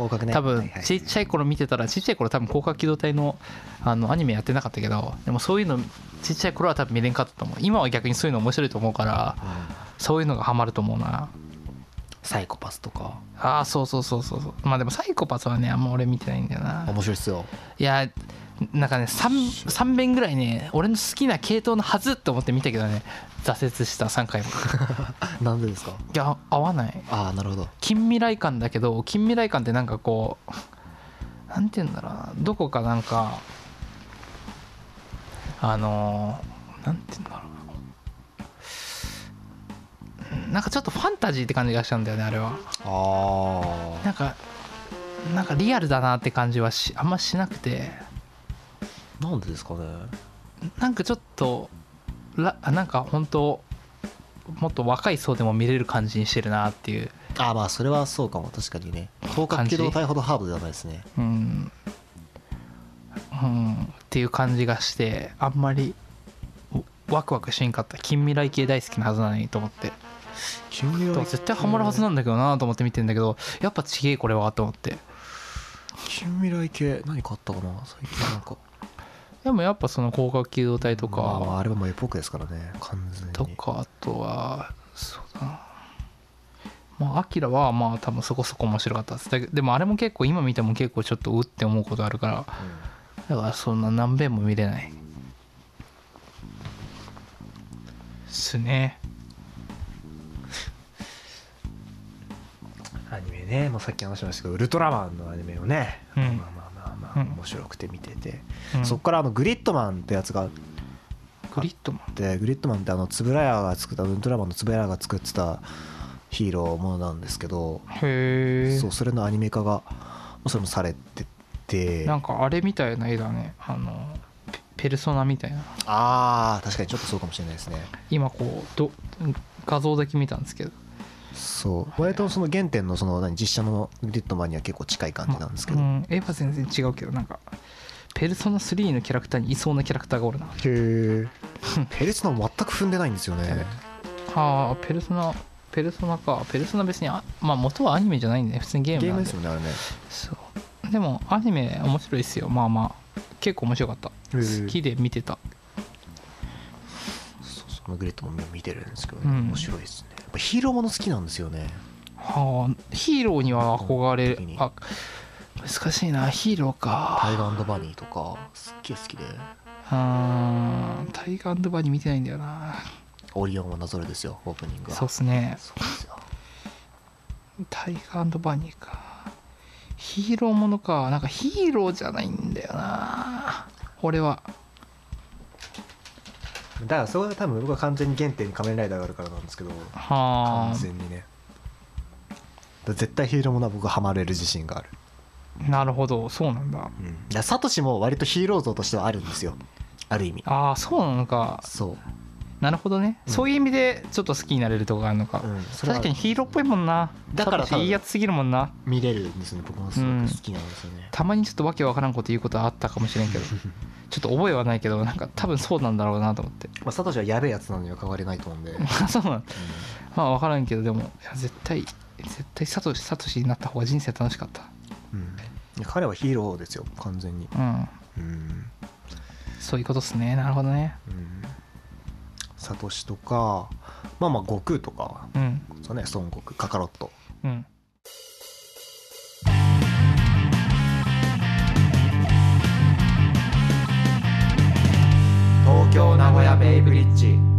広角ね、 多分はいはいはいちっちゃい頃見てたら、ちっちゃい頃多分広角機動隊のアニメやってなかったけど、でもそういうのちっちゃい頃は多分見れんかったと思う。今は逆にそういうの面白いと思うから、そういうのがハマると思うな。 サイコパスとかああそうそうそうそうそう。まあでもサイコパスはねあんま俺見てないんだよな。 面白いっすよ。 いやなんかね 3遍ぐらいね俺の好きな系統のはずって思って見たけどね、挫折した3回も。 なんでですか？ いや合わない。 ああなるほど。 近未来感だけど、近未来感ってなんかこうなんて言うんだろうな、どこかなんかなんて言うんだろうな、なんかちょっとファンタジーって感じがしたんだよねあれは。 あなんかリアルだなって感じはあんましなくて、 あなんでですかね。 なんかちょっとなんか本当もっと若い層でも見れる感じにしてるなっていう。 ああまあそれはそうかも。確かにね、広角機動隊ほどハードではないですね。 っていう感じがして、あんまりワクワクしんかった。近未来系大好きなはずなのにと思って、 近未来絶対ハマるはずなんだけどなと思って見てんだけど、やっぱちげえこれはと思って。 近未来系何かあったかな最近。なんかでもやっぱその広角機動隊とか、 まああれはもうエポックですからね完全に。 とかあとはそうだな、まあアキラはまあ多分そこそこ面白かったです。でもあれも結構今見ても結構ちょっとうって思うことあるから、だからそんな何遍も見れないですね。 アニメね、もうさっき話しましたけどウルトラマンのアニメをね、まあまあまあまあ面白くて見てて、そっからグリッドマンってやつがグリッドマンで、グリッドマンって円谷が作ったウルトラマンの円谷が作ってたヒーローものなんですけど、 へえ。 そうそれのアニメ化がそれもされてて、 なんかあれみたいな絵だね、ペルソナみたいな。 あー確かにちょっとそうかもしれないですね。 今こう画像だけ見たんですけど、 そう割とその原点のその実写のグリッドマンには結構近い感じなんですけど、 絵は全然違うけど、なんかペルソナ3のキャラクターにいそうなキャラクターがおるな。 へえ。ペルソナ全く踏んでないんですよね。 はあ、ペルソナか。ペルソナ別にまあ元はアニメじゃないんで、ね、普通にゲームなんで。 ゲームですよねあれね。 そうでもアニメ面白いっすよ。まあまあ結構面白かった。好きで見てた。 そのグリッドも見てるんですけど、ね面白いですね。やっぱヒーローもの好きなんですよね。 はあ、ヒーローには憧れ、難しいな。ヒーローか。 タイガーバニーとかすっげえ好きで。 タイガー&バニー見てないんだよな。 オリオンはなぞるですよオープニングは。 そうっすね。 そうですよ。 タイガー&バニーか。ヒーローものか。なんかヒーローじゃないんだよな俺は。 だからそれは多分僕は完全に原点に仮面ライダーがあるからなんですけど、完全にね。絶対ヒーローものは僕はハマれる自信がある。 なるほど、そうなんだ。 サトシも割とヒーロー像としてはあるんですよ、ある意味。 ああそうなのか。 そうなるほどね、そういう意味でちょっと好きになれるとこがあるのか、確かにヒーローっぽいもんな。 だからいいやつすぎるもんな。 見れるんですよね。僕もすごく好きなんですよね。 たまにちょっとわけわからんこと言うことはあったかもしれんけどちょっと覚えはないけど、なんか多分そうなんだろうなと思って。 サトシはやべえやつなのには変わりないと思うんでそうなん、まあ分からんけど、でもいや絶対サトシになった方が人生楽しかった。 彼はヒーローですよ完全に。 そういうことっすね。なるほどね。 サトシとかまあ悟空とか、そうね、孫悟空、カカロット。東京名古屋ベイブリッジ。